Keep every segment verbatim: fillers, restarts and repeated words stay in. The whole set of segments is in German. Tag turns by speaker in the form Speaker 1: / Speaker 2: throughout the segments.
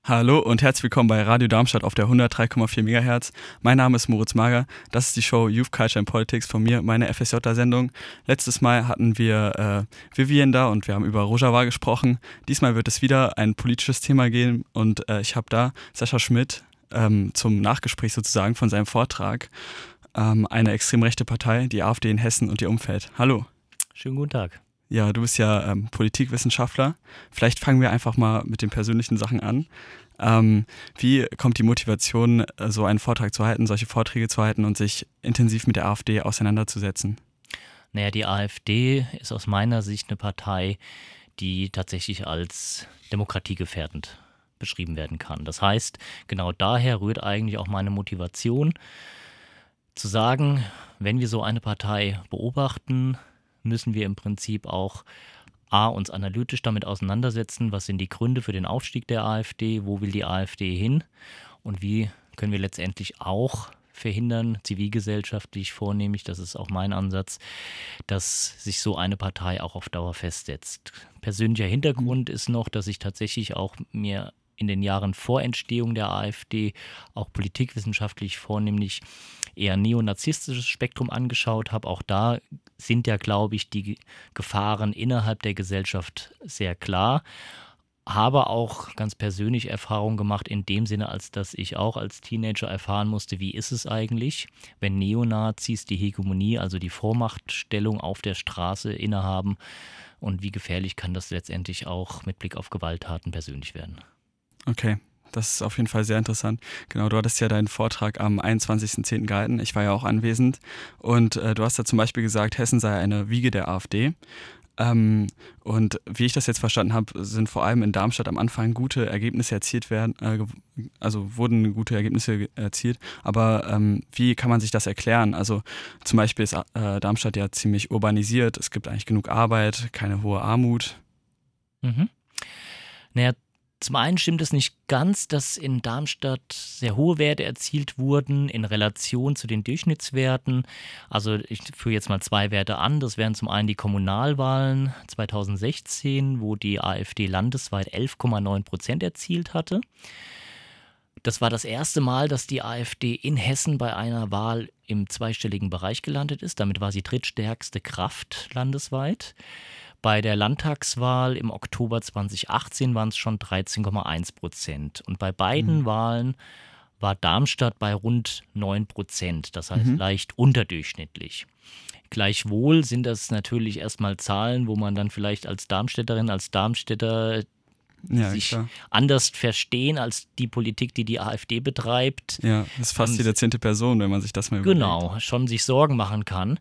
Speaker 1: Hallo und herzlich willkommen bei Radio Darmstadt auf der hundertdrei Komma vier Megahertz. Mein Name ist Moritz Mager. Das ist die Show Youth Culture and Politics von mir, meine F S J-Sendung. Letztes Mal hatten wir äh, Vivian da und wir haben über Rojava gesprochen. Diesmal wird es wieder ein politisches Thema gehen und äh, ich habe da Sascha Schmidt ähm, zum Nachgespräch sozusagen von seinem Vortrag. Ähm, eine extrem rechte Partei, die AfD in Hessen und ihr Umfeld. Hallo.
Speaker 2: Schönen guten Tag.
Speaker 1: Ja, du bist ja ähm, Politikwissenschaftler. Vielleicht fangen wir einfach mal mit den persönlichen Sachen an. Ähm, wie kommt die Motivation, so einen Vortrag zu halten, solche Vorträge zu halten und sich intensiv mit der AfD auseinanderzusetzen?
Speaker 2: Naja, die AfD ist aus meiner Sicht eine Partei, die tatsächlich als demokratiegefährdend beschrieben werden kann. Das heißt, genau daher rührt eigentlich auch meine Motivation, zu sagen, wenn wir so eine Partei beobachten, müssen wir im Prinzip auch A, uns analytisch damit auseinandersetzen, was sind die Gründe für den Aufstieg der AfD, wo will die AfD hin und wie können wir letztendlich auch verhindern, zivilgesellschaftlich vornehmlich, das ist auch mein Ansatz, dass sich so eine Partei auch auf Dauer festsetzt. Persönlicher Hintergrund ist noch, dass ich tatsächlich auch mir in den Jahren vor Entstehung der AfD auch politikwissenschaftlich vornehmlich eher neonazistisches Spektrum angeschaut habe. Auch da sind ja, glaube ich, die Gefahren innerhalb der Gesellschaft sehr klar. Habe auch ganz persönlich Erfahrungen gemacht in dem Sinne, als dass ich auch als Teenager erfahren musste, wie ist es eigentlich, wenn Neonazis die Hegemonie, also die Vormachtstellung auf der Straße innehaben und wie gefährlich kann das letztendlich auch mit Blick auf Gewalttaten persönlich werden.
Speaker 1: Okay, das ist auf jeden Fall sehr interessant. Genau, du hattest ja deinen Vortrag am einundzwanzigsten zehnten gehalten. Ich war ja auch anwesend. Und äh, du hast da zum Beispiel gesagt, Hessen sei eine Wiege der AfD. Ähm, und wie ich das jetzt verstanden habe, sind vor allem in Darmstadt am Anfang gute Ergebnisse erzielt werden, äh, also wurden gute Ergebnisse erzielt. Aber ähm, wie kann man sich das erklären? Also zum Beispiel ist äh, Darmstadt ja ziemlich urbanisiert. Es gibt eigentlich genug Arbeit, keine hohe Armut.
Speaker 2: Mhm. Naja, zum einen stimmt es nicht ganz, dass in Darmstadt sehr hohe Werte erzielt wurden in Relation zu den Durchschnittswerten. Also ich führe jetzt mal zwei Werte an. Das wären zum einen die Kommunalwahlen zweitausendsechzehn, wo die AfD landesweit elf Komma neun Prozent erzielt hatte. Das war das erste Mal, dass die AfD in Hessen bei einer Wahl im zweistelligen Bereich gelandet ist. Damit war sie drittstärkste Kraft landesweit. Bei der Landtagswahl im Oktober zweitausendachtzehn waren es schon dreizehn Komma eins Prozent. Und bei beiden mhm. Wahlen war Darmstadt bei rund neun Prozent, das heißt mhm. leicht unterdurchschnittlich. Gleichwohl sind das natürlich erstmal Zahlen, wo man dann vielleicht als Darmstädterin, als Darmstädter
Speaker 1: ja,
Speaker 2: sich
Speaker 1: klar.
Speaker 2: anders verstehen als die Politik, die die AfD betreibt.
Speaker 1: Ja, das ist fast jede zehnte Person, wenn man sich das mal überlegt.
Speaker 2: Genau, schon sich Sorgen machen kann.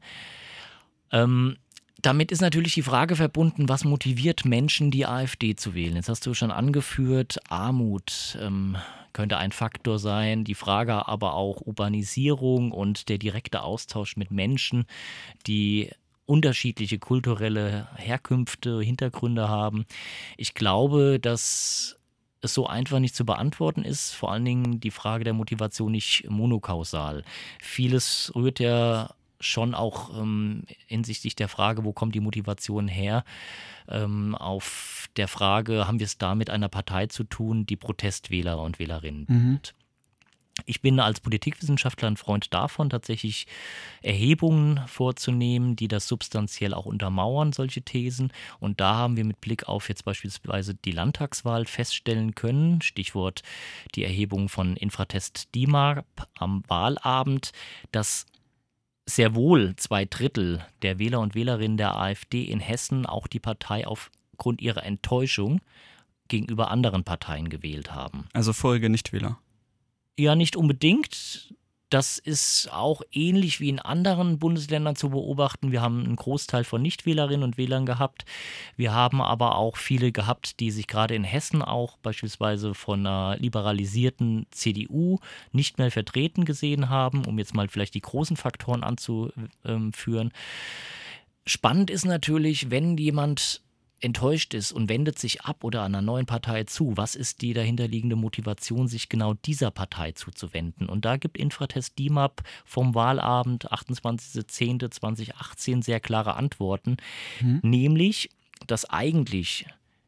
Speaker 2: Ähm, Damit ist natürlich die Frage verbunden, was motiviert Menschen, die AfD zu wählen? Jetzt hast du schon angeführt, Armut ähm, könnte ein Faktor sein, die Frage aber auch Urbanisierung und der direkte Austausch mit Menschen, die unterschiedliche kulturelle Herkünfte, Hintergründe haben. Ich glaube, dass es so einfach nicht zu beantworten ist, vor allen Dingen die Frage der Motivation nicht monokausal. Vieles rührt ja schon auch ähm, hinsichtlich der Frage, wo kommt die Motivation her, ähm, auf der Frage, haben wir es da mit einer Partei zu tun, die Protestwähler und Wählerinnen
Speaker 1: Mhm.
Speaker 2: bildet. Ich bin als Politikwissenschaftler ein Freund davon, tatsächlich Erhebungen vorzunehmen, die das substanziell auch untermauern, solche Thesen. Und da haben wir mit Blick auf jetzt beispielsweise die Landtagswahl feststellen können, Stichwort die Erhebung von Infratest D I M A P am Wahlabend, dass sehr wohl zwei Drittel der Wähler und Wählerinnen der AfD in Hessen auch die Partei aufgrund ihrer Enttäuschung gegenüber anderen Parteien gewählt haben.
Speaker 1: Also vorige Nichtwähler.
Speaker 2: Ja, nicht unbedingt. Das ist auch ähnlich wie in anderen Bundesländern zu beobachten. Wir haben einen Großteil von Nichtwählerinnen und Wählern gehabt. Wir haben aber auch viele gehabt, die sich gerade in Hessen auch beispielsweise von einer liberalisierten C D U nicht mehr vertreten gesehen haben, um jetzt mal vielleicht die großen Faktoren anzuführen. Spannend ist natürlich, wenn jemand enttäuscht ist und wendet sich ab oder einer neuen Partei zu, was ist die dahinterliegende Motivation, sich genau dieser Partei zuzuwenden? Und da gibt Infratest D I M A P vom Wahlabend achtundzwanzigster zehnter zweitausendachtzehn sehr klare Antworten,
Speaker 1: Mhm.
Speaker 2: nämlich, dass eigentlich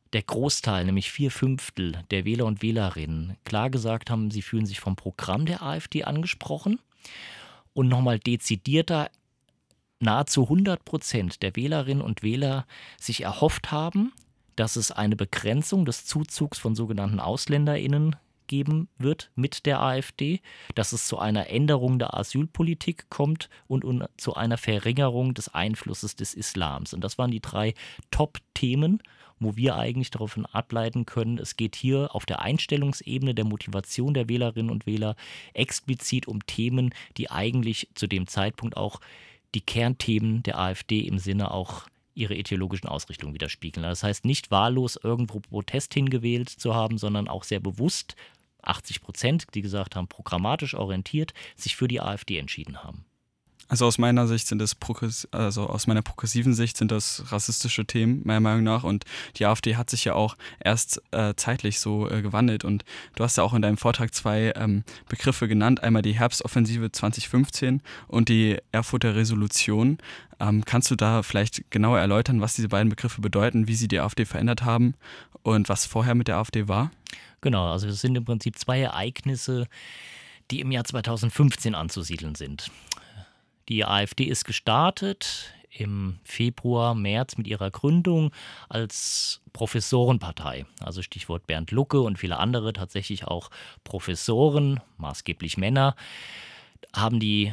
Speaker 2: der Großteil, nämlich vier Fünftel der Wähler und Wählerinnen, klar gesagt haben, sie fühlen sich vom Programm der AfD angesprochen und nochmal dezidierter nahezu hundert Prozent der Wählerinnen und Wähler sich erhofft haben, dass es eine Begrenzung des Zuzugs von sogenannten AusländerInnen geben wird mit der AfD, dass es zu einer Änderung der Asylpolitik kommt und, und zu einer Verringerung des Einflusses des Islams. Und das waren die drei Top-Themen, wo wir eigentlich daraufhin ableiten können, es geht hier auf der Einstellungsebene der Motivation der Wählerinnen und Wähler explizit um Themen, die eigentlich zu dem Zeitpunkt auch die Kernthemen der AfD im Sinne auch ihre ideologischen Ausrichtungen widerspiegeln. Das heißt, nicht wahllos irgendwo Protest hingewählt zu haben, sondern auch sehr bewusst achtzig Prozent, die gesagt haben, programmatisch orientiert, sich für die AfD entschieden haben.
Speaker 1: Also aus meiner Sicht sind das, also aus meiner progressiven Sicht sind das rassistische Themen, meiner Meinung nach. Und die AfD hat sich ja auch erst äh, zeitlich so äh, gewandelt. Und du hast ja auch in deinem Vortrag zwei ähm, Begriffe genannt. Einmal die Herbstoffensive zwanzig fünfzehn und die Erfurter Resolution. Ähm, kannst du da vielleicht genauer erläutern, was diese beiden Begriffe bedeuten, wie sie die AfD verändert haben und was vorher mit der AfD war?
Speaker 2: Genau, also es sind im Prinzip zwei Ereignisse, die im Jahr zweitausendfünfzehn anzusiedeln sind. Die AfD ist gestartet im Februar, März mit ihrer Gründung als Professorenpartei. Also Stichwort Bernd Lucke und viele andere, tatsächlich auch Professoren, maßgeblich Männer, haben die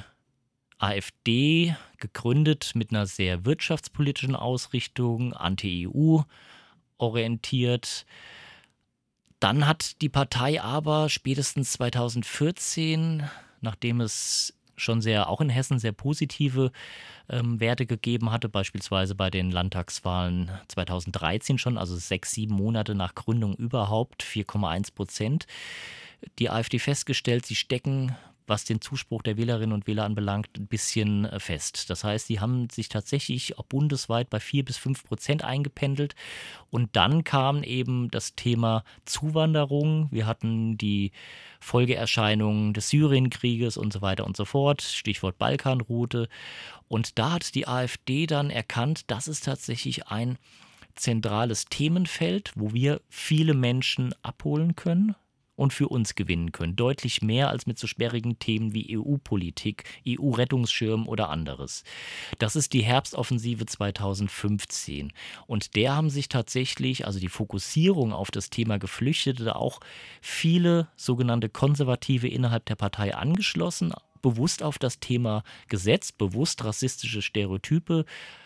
Speaker 2: AfD gegründet mit einer sehr wirtschaftspolitischen Ausrichtung, anti-E U orientiert. Dann hat die Partei aber spätestens zweitausendvierzehn, nachdem es schon sehr, auch in Hessen, sehr positive ähm, Werte gegeben hatte, beispielsweise bei den Landtagswahlen zweitausenddreizehn schon, also sechs, sieben Monate nach Gründung überhaupt, vier Komma eins Prozent, die AfD festgestellt, sie stecken, was den Zuspruch der Wählerinnen und Wähler anbelangt, ein bisschen fest. Das heißt, sie haben sich tatsächlich auch bundesweit bei vier bis fünf Prozent eingependelt. Und dann kam eben das Thema Zuwanderung. Wir hatten die Folgeerscheinungen des Syrienkrieges und so weiter und so fort. Stichwort Balkanroute. Und da hat die AfD dann erkannt, das ist tatsächlich ein zentrales Themenfeld, wo wir viele Menschen abholen können und für uns gewinnen können. Deutlich mehr als mit so sperrigen Themen wie E U-Politik, E U-Rettungsschirm oder anderes. Das ist die Herbstoffensive zweitausendfünfzehn. Und der haben sich tatsächlich, also die Fokussierung auf das Thema Geflüchtete, auch viele sogenannte Konservative innerhalb der Partei angeschlossen, bewusst auf das Thema gesetzt, bewusst rassistische Stereotype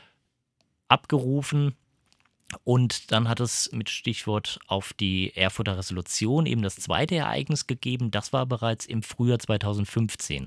Speaker 2: abgerufen. Und dann hat es mit Stichwort auf die Erfurter Resolution eben das zweite Ereignis gegeben. Das war bereits im Frühjahr zweitausendfünfzehn.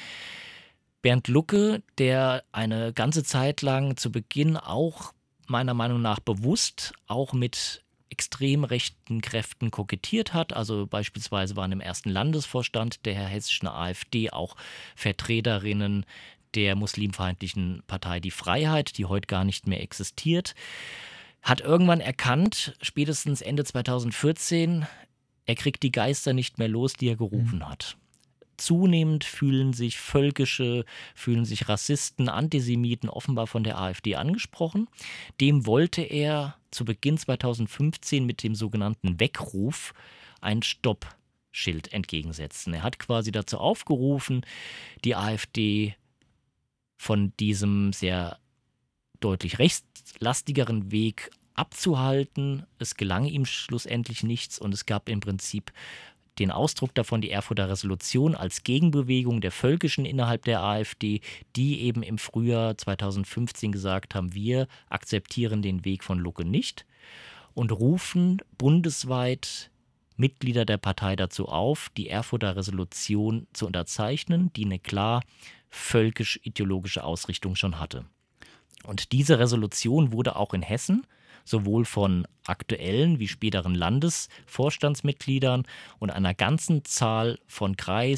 Speaker 2: Bernd Lucke, der eine ganze Zeit lang zu Beginn auch meiner Meinung nach bewusst auch mit extrem rechten Kräften kokettiert hat. Also beispielsweise waren im ersten Landesvorstand der hessischen AfD auch Vertreterinnen der muslimfeindlichen Partei Die Freiheit, die heute gar nicht mehr existiert. Hat irgendwann erkannt, spätestens Ende zweitausendvierzehn, er kriegt die Geister nicht mehr los, die er gerufen hat. Zunehmend fühlen sich Völkische, fühlen sich Rassisten, Antisemiten offenbar von der AfD angesprochen. Dem wollte er zu Beginn zweitausendfünfzehn mit dem sogenannten Weckruf ein Stoppschild entgegensetzen. Er hat quasi dazu aufgerufen, die AfD von diesem sehr deutlich rechtslastigeren Weg abzuhalten. Es gelang ihm schlussendlich nichts und es gab im Prinzip den Ausdruck davon, die Erfurter Resolution als Gegenbewegung der Völkischen innerhalb der AfD, die eben im Frühjahr zweitausendfünfzehn gesagt haben, wir akzeptieren den Weg von Lucke nicht und rufen bundesweit Mitglieder der Partei dazu auf, die Erfurter Resolution zu unterzeichnen, die eine klar völkisch-ideologische Ausrichtung schon hatte. Und diese Resolution wurde auch in Hessen sowohl von aktuellen wie späteren Landesvorstandsmitgliedern und einer ganzen Zahl von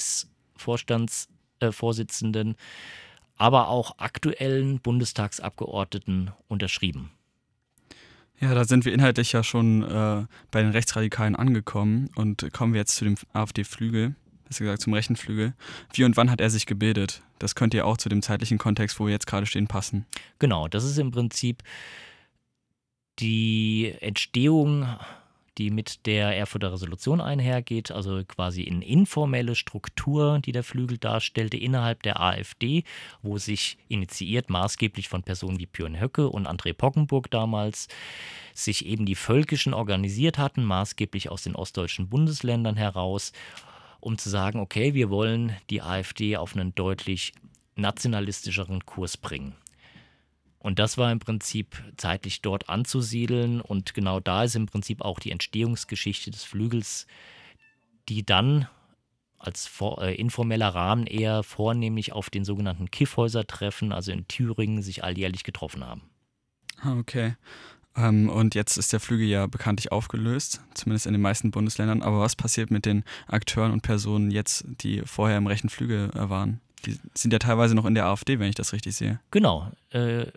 Speaker 2: Kreisvorstandsvorsitzenden, äh, aber auch aktuellen Bundestagsabgeordneten unterschrieben.
Speaker 1: Ja, da sind wir inhaltlich ja schon äh, bei den Rechtsradikalen angekommen und kommen wir jetzt zu dem AfD-Flügel. Besser gesagt zum rechten Flügel. Wie und wann hat er sich gebildet? Das könnte ja auch zu dem zeitlichen Kontext, wo wir jetzt gerade stehen, passen.
Speaker 2: Genau, das ist im Prinzip Die Entstehung, die mit der Erfurter Resolution einhergeht, also quasi eine informelle Struktur, die der Flügel darstellte innerhalb der AfD, wo sich initiiert maßgeblich von Personen wie Björn Höcke und André Poggenburg damals, sich eben die Völkischen organisiert hatten, maßgeblich aus den ostdeutschen Bundesländern heraus, um zu sagen, okay, wir wollen die AfD auf einen deutlich nationalistischeren Kurs bringen. Und das war im Prinzip zeitlich dort anzusiedeln und genau da ist im Prinzip auch die Entstehungsgeschichte des Flügels, die dann als vor, äh, informeller Rahmen eher vornehmlich auf den sogenannten Kiffhäuser-Treffen, also in Thüringen, sich alljährlich getroffen haben.
Speaker 1: Ah, okay. Ähm, und jetzt ist der Flügel ja bekanntlich aufgelöst, zumindest in den meisten Bundesländern. Aber was passiert mit den Akteuren und Personen jetzt, die vorher im rechten Flügel äh, waren? Die sind ja teilweise noch in der AfD, wenn ich das richtig sehe.
Speaker 2: Genau. Äh,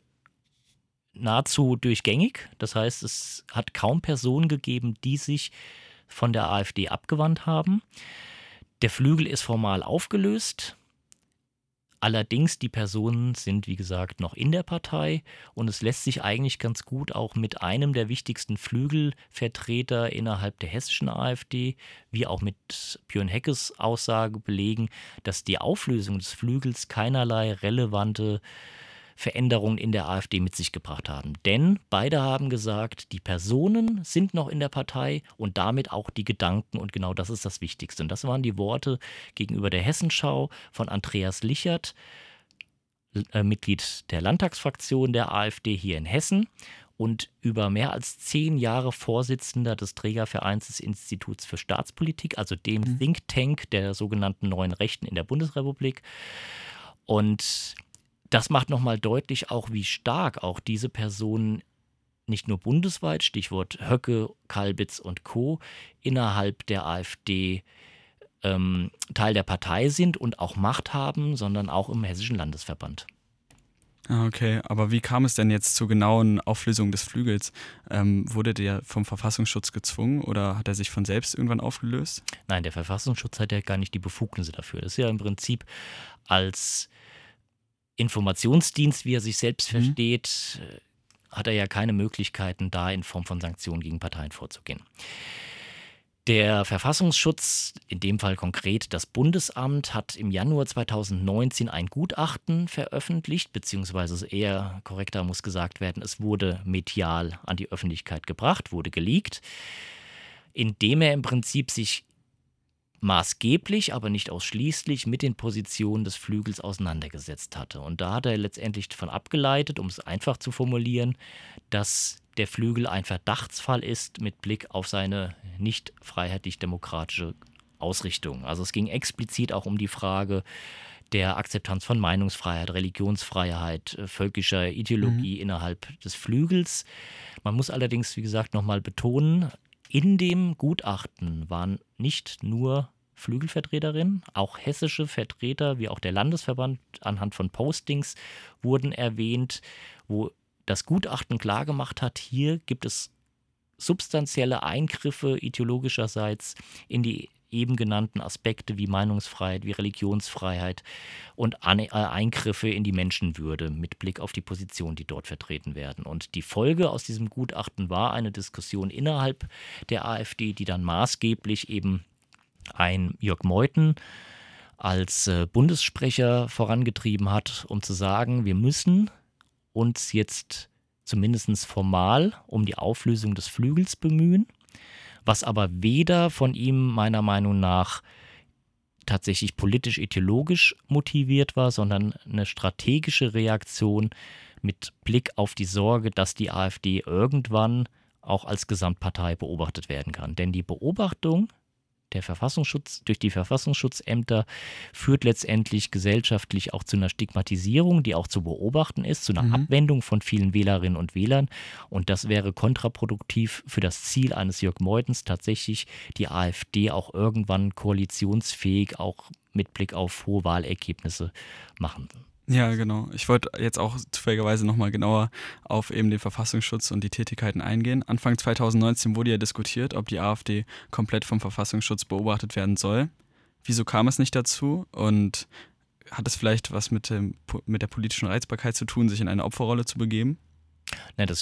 Speaker 2: nahezu durchgängig. Das heißt, es hat kaum Personen gegeben, die sich von der AfD abgewandt haben. Der Flügel ist formal aufgelöst. Allerdings, die Personen sind, wie gesagt, noch in der Partei und es lässt sich eigentlich ganz gut auch mit einem der wichtigsten Flügelvertreter innerhalb der hessischen AfD, wie auch mit Björn Heckes Aussage belegen, dass die Auflösung des Flügels keinerlei relevante Veränderungen in der AfD mit sich gebracht haben. Denn beide haben gesagt, die Personen sind noch in der Partei und damit auch die Gedanken und genau das ist das Wichtigste. Und das waren die Worte gegenüber der Hessenschau von Andreas Lichert, äh, Mitglied der Landtagsfraktion der AfD hier in Hessen und über mehr als zehn Jahre Vorsitzender des Trägervereins des Instituts für Staatspolitik, also dem mhm. Think Tank der sogenannten Neuen Rechten in der Bundesrepublik. Und das macht nochmal deutlich auch, wie stark auch diese Personen nicht nur bundesweit, Stichwort Höcke, Kalbitz und Co., innerhalb der AfD ähm, Teil der Partei sind und auch Macht haben, sondern auch im Hessischen Landesverband.
Speaker 1: Okay, aber wie kam es denn jetzt zur genauen Auflösung des Flügels? Ähm, wurde der vom Verfassungsschutz gezwungen oder hat er sich von selbst irgendwann aufgelöst?
Speaker 2: Nein, der Verfassungsschutz hat ja gar nicht die Befugnisse dafür. Das ist ja im Prinzip als Informationsdienst, wie er sich selbst mhm. versteht, hat er ja keine Möglichkeiten, da in Form von Sanktionen gegen Parteien vorzugehen. Der Verfassungsschutz, in dem Fall konkret das Bundesamt, hat im Januar zweitausendneunzehn ein Gutachten veröffentlicht, beziehungsweise eher korrekter muss gesagt werden, es wurde medial an die Öffentlichkeit gebracht, wurde geleakt, indem er im Prinzip sich maßgeblich, aber nicht ausschließlich mit den Positionen des Flügels auseinandergesetzt hatte. Und da hat er letztendlich davon abgeleitet, um es einfach zu formulieren, dass der Flügel ein Verdachtsfall ist mit Blick auf seine nicht freiheitlich-demokratische Ausrichtung. Also es ging explizit auch um die Frage der Akzeptanz von Meinungsfreiheit, Religionsfreiheit, völkischer Ideologie mhm. innerhalb des Flügels. Man muss allerdings, wie gesagt, nochmal betonen, in dem Gutachten waren nicht nur Flügelvertreterinnen, auch hessische Vertreter wie auch der Landesverband anhand von Postings wurden erwähnt, wo das Gutachten klargemacht hat, hier gibt es substanzielle Eingriffe ideologischerseits in die eben genannten Aspekte wie Meinungsfreiheit, wie Religionsfreiheit und Eingriffe in die Menschenwürde mit Blick auf die Positionen, die dort vertreten werden. Und die Folge aus diesem Gutachten war eine Diskussion innerhalb der AfD, die dann maßgeblich eben ein Jörg Meuthen als äh, Bundessprecher vorangetrieben hat, um zu sagen, wir müssen uns jetzt zumindest formal um die Auflösung des Flügels bemühen, was aber weder von ihm meiner Meinung nach tatsächlich politisch-ideologisch motiviert war, sondern eine strategische Reaktion mit Blick auf die Sorge, dass die AfD irgendwann auch als Gesamtpartei beobachtet werden kann. Denn die Beobachtung der Verfassungsschutz durch die Verfassungsschutzämter führt letztendlich gesellschaftlich auch zu einer Stigmatisierung, die auch zu beobachten ist, zu einer mhm. Abwendung von vielen Wählerinnen und Wählern. Und das wäre kontraproduktiv für das Ziel eines Jörg Meuthens, tatsächlich die AfD auch irgendwann koalitionsfähig, auch mit Blick auf hohe Wahlergebnisse machen.
Speaker 1: Ja, genau. Ich wollte jetzt auch zufälligerweise nochmal genauer auf eben den Verfassungsschutz und die Tätigkeiten eingehen. Anfang zweitausendneunzehn wurde ja diskutiert, ob die AfD komplett vom Verfassungsschutz beobachtet werden soll. Wieso kam es nicht dazu? Und hat es vielleicht was mit, dem, mit der politischen Reizbarkeit zu tun, sich in eine Opferrolle zu begeben?
Speaker 2: Nein, das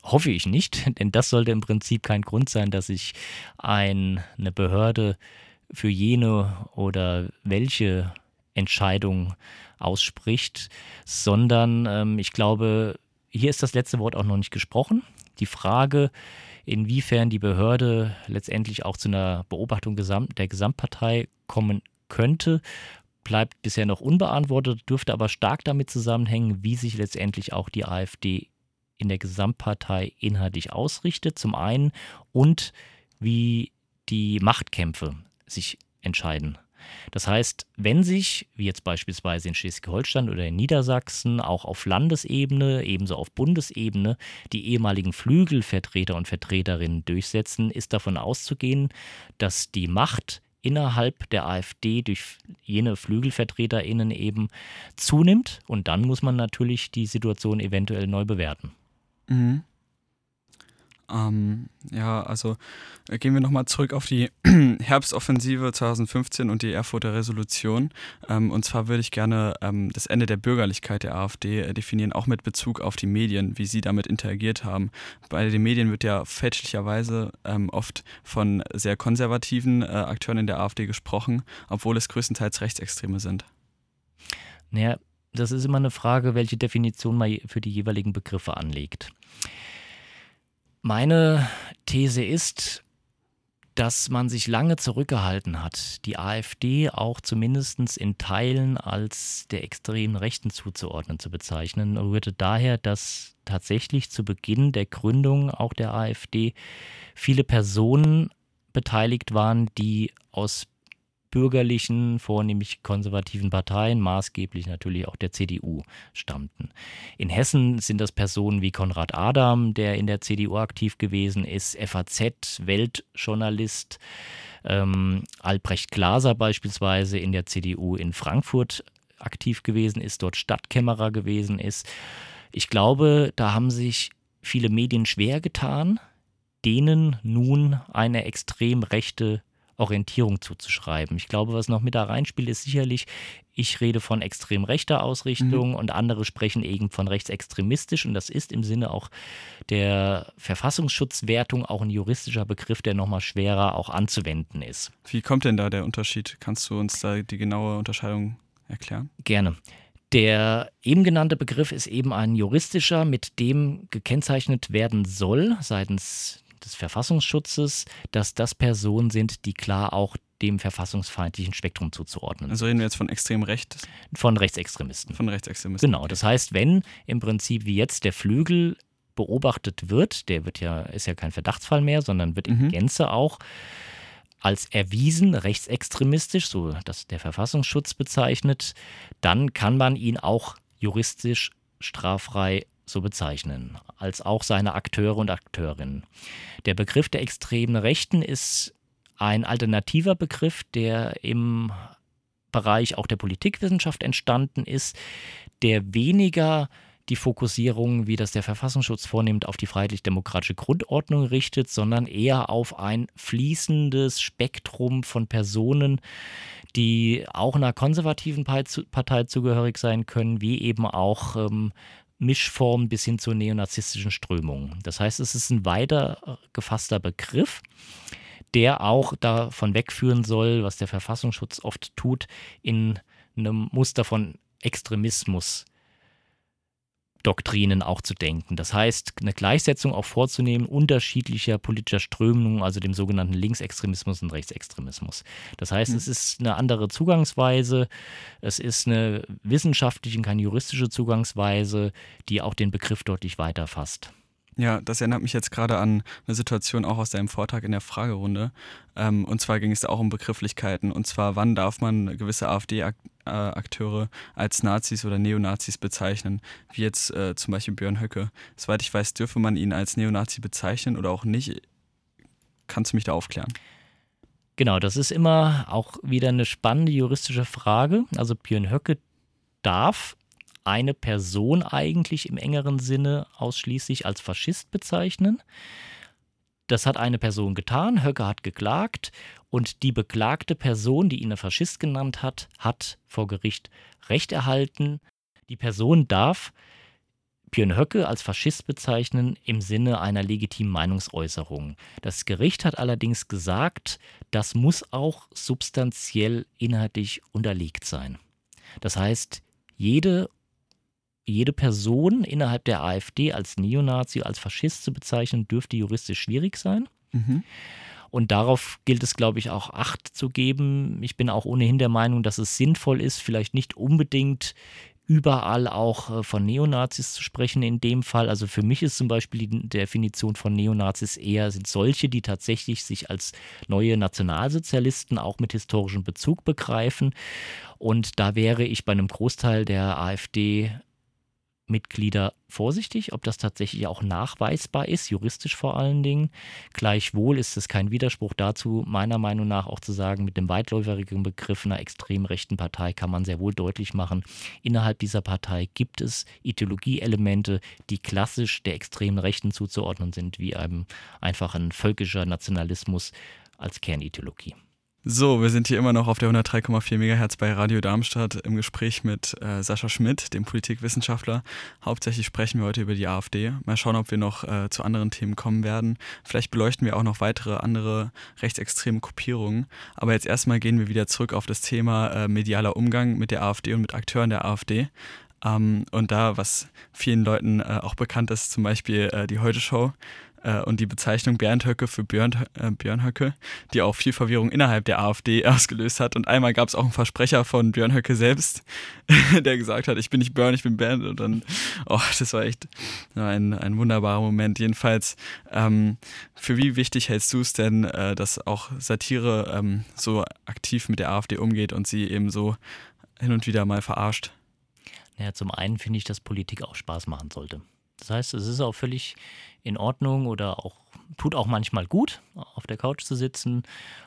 Speaker 2: hoffe ich nicht, denn das sollte im Prinzip kein Grund sein, dass sich ein, eine Behörde für jene oder welche Entscheidung ausspricht, sondern ähm, ich glaube, hier ist das letzte Wort auch noch nicht gesprochen. Die Frage, inwiefern die Behörde letztendlich auch zu einer Beobachtung gesam- der Gesamtpartei kommen könnte, bleibt bisher noch unbeantwortet, dürfte aber stark damit zusammenhängen, wie sich letztendlich auch die AfD in der Gesamtpartei inhaltlich ausrichtet, zum einen, und wie die Machtkämpfe sich entscheiden. Das heißt, wenn sich, wie jetzt beispielsweise in Schleswig-Holstein oder in Niedersachsen, auch auf Landesebene, ebenso auf Bundesebene, die ehemaligen Flügelvertreter und Vertreterinnen durchsetzen, ist davon auszugehen, dass die Macht innerhalb der AfD durch jene FlügelvertreterInnen eben zunimmt. Und dann muss man natürlich die Situation eventuell neu bewerten.
Speaker 1: Mhm. Ähm, ja, also äh, gehen wir nochmal zurück auf die Herbstoffensive zwanzig fünfzehn und die Erfurter Resolution. Ähm, und zwar würde ich gerne ähm, das Ende der Bürgerlichkeit der AfD äh, definieren, auch mit Bezug auf die Medien, wie sie damit interagiert haben. Bei den Medien wird ja fälschlicherweise ähm, oft von sehr konservativen äh, Akteuren in der AfD gesprochen, obwohl es größtenteils Rechtsextreme sind.
Speaker 2: Naja, das ist immer eine Frage, welche Definition man für die jeweiligen Begriffe anlegt. Meine These ist, dass man sich lange zurückgehalten hat, die AfD auch zumindest in Teilen als der extremen Rechten zuzuordnen, zu bezeichnen, rührte daher, dass tatsächlich zu Beginn der Gründung auch der AfD viele Personen beteiligt waren, die aus bürgerlichen, vornehmlich konservativen Parteien, maßgeblich natürlich auch der C D U, stammten. In Hessen sind das Personen wie Konrad Adam, der in der C D U aktiv gewesen ist, F A Z, Weltjournalist, ähm, Albrecht Glaser beispielsweise in der C D U in Frankfurt aktiv gewesen ist, dort Stadtkämmerer gewesen ist. Ich glaube, da haben sich viele Medien schwer getan, denen nun eine extrem rechte Orientierung zuzuschreiben. Ich glaube, was noch mit da reinspielt, ist sicherlich, ich rede von extrem rechter Ausrichtung mhm. und andere sprechen eben von rechtsextremistisch, und das ist im Sinne auch der Verfassungsschutzwertung auch ein juristischer Begriff, der nochmal schwerer auch anzuwenden ist.
Speaker 1: Wie kommt denn da der Unterschied? Kannst du uns da die genaue Unterscheidung erklären?
Speaker 2: Gerne. Der eben genannte Begriff ist eben ein juristischer, mit dem gekennzeichnet werden soll seitens des Verfassungsschutzes, dass das Personen sind, die klar auch dem verfassungsfeindlichen Spektrum zuzuordnen sind.
Speaker 1: Also reden wir jetzt von extrem rechts?
Speaker 2: Von Rechtsextremisten.
Speaker 1: Von Rechtsextremisten.
Speaker 2: Genau, das heißt, wenn im Prinzip wie jetzt der Flügel beobachtet wird, der wird ja, ist ja kein Verdachtsfall mehr, sondern wird in mhm. Gänze auch als erwiesen rechtsextremistisch, so dass der Verfassungsschutz bezeichnet, dann kann man ihn auch juristisch straffrei so bezeichnen, als auch seine Akteure und Akteurinnen. Der Begriff der extremen Rechten ist ein alternativer Begriff, der im Bereich auch der Politikwissenschaft entstanden ist, der weniger die Fokussierung, wie das der Verfassungsschutz vornimmt, auf die freiheitlich-demokratische Grundordnung richtet, sondern eher auf ein fließendes Spektrum von Personen, die auch einer konservativen Partei zugehörig sein können, wie eben auch ähm, Mischformen bis hin zu neonazistischen Strömungen. Das heißt, es ist ein weiter gefasster Begriff, der auch davon wegführen soll, was der Verfassungsschutz oft tut, in einem Muster von Extremismus Doktrinen auch zu denken. Das heißt, eine Gleichsetzung auch vorzunehmen unterschiedlicher politischer Strömungen, also dem sogenannten Linksextremismus und Rechtsextremismus. Das heißt, mhm. es ist eine andere Zugangsweise, es ist eine wissenschaftliche und keine juristische Zugangsweise, die auch den Begriff deutlich weiter fasst.
Speaker 1: Ja, das erinnert mich jetzt gerade an eine Situation auch aus deinem Vortrag in der Fragerunde. Ähm, und zwar ging es da auch um Begrifflichkeiten. Und zwar, wann darf man gewisse AfD-Akteure als Nazis oder Neonazis bezeichnen? Wie jetzt äh, zum Beispiel Björn Höcke. Soweit ich weiß, dürfe man ihn als Neonazi bezeichnen oder auch nicht. Kannst du mich da aufklären?
Speaker 2: Genau, das ist immer auch wieder eine spannende juristische Frage. Also Björn Höcke darf eine Person eigentlich im engeren Sinne ausschließlich als Faschist bezeichnen. Das hat eine Person getan, Höcke hat geklagt und die beklagte Person, die ihn einen Faschist genannt hat, hat vor Gericht Recht erhalten. Die Person darf Björn Höcke als Faschist bezeichnen im Sinne einer legitimen Meinungsäußerung. Das Gericht hat allerdings gesagt, das muss auch substanziell inhaltlich unterlegt sein. Das heißt, jede, jede Person innerhalb der AfD als Neonazi, als Faschist zu bezeichnen, dürfte juristisch schwierig sein.
Speaker 1: Mhm.
Speaker 2: Und darauf gilt es, glaube ich, auch Acht zu geben. Ich bin auch ohnehin der Meinung, dass es sinnvoll ist, vielleicht nicht unbedingt überall auch von Neonazis zu sprechen in dem Fall. Also für mich ist zum Beispiel die Definition von Neonazis eher, sind solche, die tatsächlich sich als neue Nationalsozialisten auch mit historischem Bezug begreifen. Und da wäre ich bei einem Großteil der AfD Mitglieder vorsichtig, ob das tatsächlich auch nachweisbar ist, juristisch vor allen Dingen. Gleichwohl ist es kein Widerspruch dazu, meiner Meinung nach auch zu sagen, mit dem weitläufigen Begriff einer extrem rechten Partei kann man sehr wohl deutlich machen, innerhalb dieser Partei gibt es Ideologieelemente, die klassisch der extremen Rechten zuzuordnen sind, wie einem einfach ein völkischer Nationalismus als Kernideologie.
Speaker 1: So, wir sind hier immer noch auf der hundertdrei Komma vier Megahertz bei Radio Darmstadt im Gespräch mit äh, Sascha Schmidt, dem Politikwissenschaftler. Hauptsächlich sprechen wir heute über die AfD. Mal schauen, ob wir noch äh, zu anderen Themen kommen werden. Vielleicht beleuchten wir auch noch weitere andere rechtsextreme Gruppierungen. Aber jetzt erstmal gehen wir wieder zurück auf das Thema äh, medialer Umgang mit der AfD und mit Akteuren der AfD. Ähm, und da, was vielen Leuten äh, auch bekannt ist, zum Beispiel äh, die Heute-Show, und die Bezeichnung Bernd Höcke für Björn, äh, Björn Höcke, die auch viel Verwirrung innerhalb der AfD ausgelöst hat. Und einmal gab es auch einen Versprecher von Björn Höcke selbst, der gesagt hat, ich bin nicht Björn, ich bin Bernd. Und dann, oh, das war echt ein, ein wunderbarer Moment. Jedenfalls, ähm, für wie wichtig hältst du es denn, äh, dass auch Satire ähm, so aktiv mit der AfD umgeht und sie eben so hin und wieder mal verarscht?
Speaker 2: Naja, zum einen finde ich, dass Politik auch Spaß machen sollte. Das heißt, es ist auch völlig in Ordnung oder auch tut auch manchmal gut, auf der Couch zu sitzen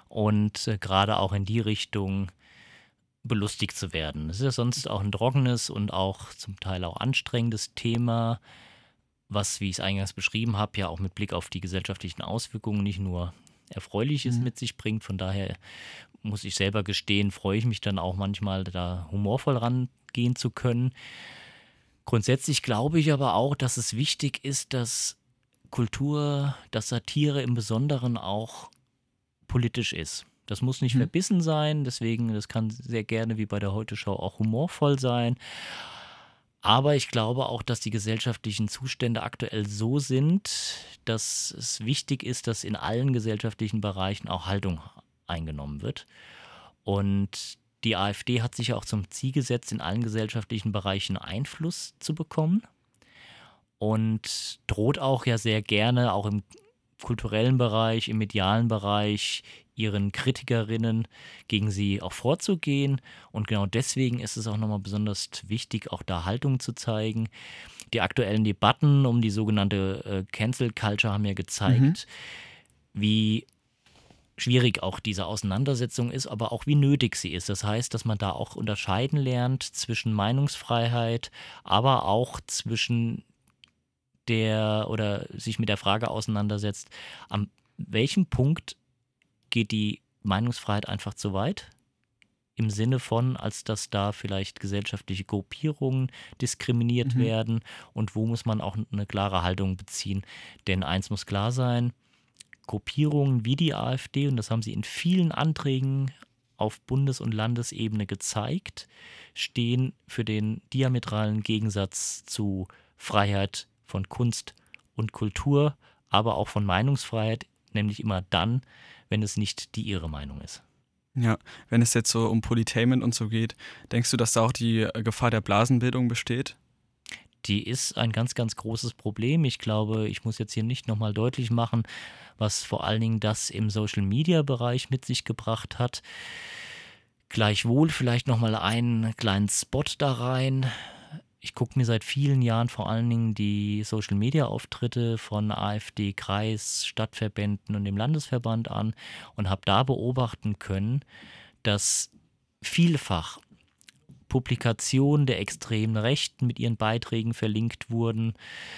Speaker 2: und äh, gerade auch in die Richtung belustigt zu werden. Es ist ja sonst auch ein trockenes und auch zum Teil auch anstrengendes Thema, was, wie ich es eingangs beschrieben habe, ja auch mit Blick auf die gesellschaftlichen Auswirkungen nicht nur Erfreuliches mhm. mit sich bringt. Von daher muss ich selber gestehen, freue ich mich dann auch manchmal, da humorvoll rangehen zu können. Grundsätzlich glaube ich aber auch, dass es wichtig ist, dass Kultur, dass Satire im Besonderen auch politisch ist. Das muss nicht mhm. verbissen sein, deswegen, das kann sehr gerne wie bei der Heute-Show auch humorvoll sein. Aber ich glaube auch, dass die gesellschaftlichen Zustände aktuell so sind, dass es wichtig ist, dass in allen gesellschaftlichen Bereichen auch Haltung eingenommen wird. Und die AfD hat sich ja auch zum Ziel gesetzt, in allen gesellschaftlichen Bereichen Einfluss zu bekommen und droht auch ja sehr gerne, auch im kulturellen Bereich, im medialen Bereich, ihren Kritikerinnen gegen sie auch vorzugehen. Und genau deswegen ist es auch nochmal besonders wichtig, auch da Haltung zu zeigen. Die aktuellen Debatten um die sogenannte äh, Cancel Culture haben ja gezeigt, mhm. wie schwierig auch diese Auseinandersetzung ist, aber auch wie nötig sie ist. Das heißt, dass man da auch unterscheiden lernt zwischen Meinungsfreiheit, aber auch zwischen der oder sich mit der Frage auseinandersetzt, an welchem Punkt geht die Meinungsfreiheit einfach zu weit? Im Sinne von, als dass da vielleicht gesellschaftliche Gruppierungen diskriminiert mhm. werden und wo muss man auch eine klare Haltung beziehen? Denn eins muss klar sein, Gruppierungen wie die AfD, und das haben sie in vielen Anträgen auf Bundes- und Landesebene gezeigt, stehen für den diametralen Gegensatz zu Freiheit von Kunst und Kultur, aber auch von Meinungsfreiheit, nämlich immer dann, wenn es nicht die ihre Meinung ist.
Speaker 1: Ja, wenn es jetzt so um Politainment und so geht, denkst du, dass da auch die Gefahr der Blasenbildung besteht?
Speaker 2: Die ist ein ganz, ganz großes Problem. Ich glaube, ich muss jetzt hier nicht nochmal deutlich machen, was vor allen Dingen das im Social-Media-Bereich mit sich gebracht hat. Gleichwohl vielleicht nochmal einen kleinen Spot da rein. Ich gucke mir seit vielen Jahren vor allen Dingen die Social-Media-Auftritte von AfD, Kreis, Stadtverbänden und dem Landesverband an und habe da beobachten können, dass vielfach Publikationen der extremen Rechten mit ihren Beiträgen verlinkt wurden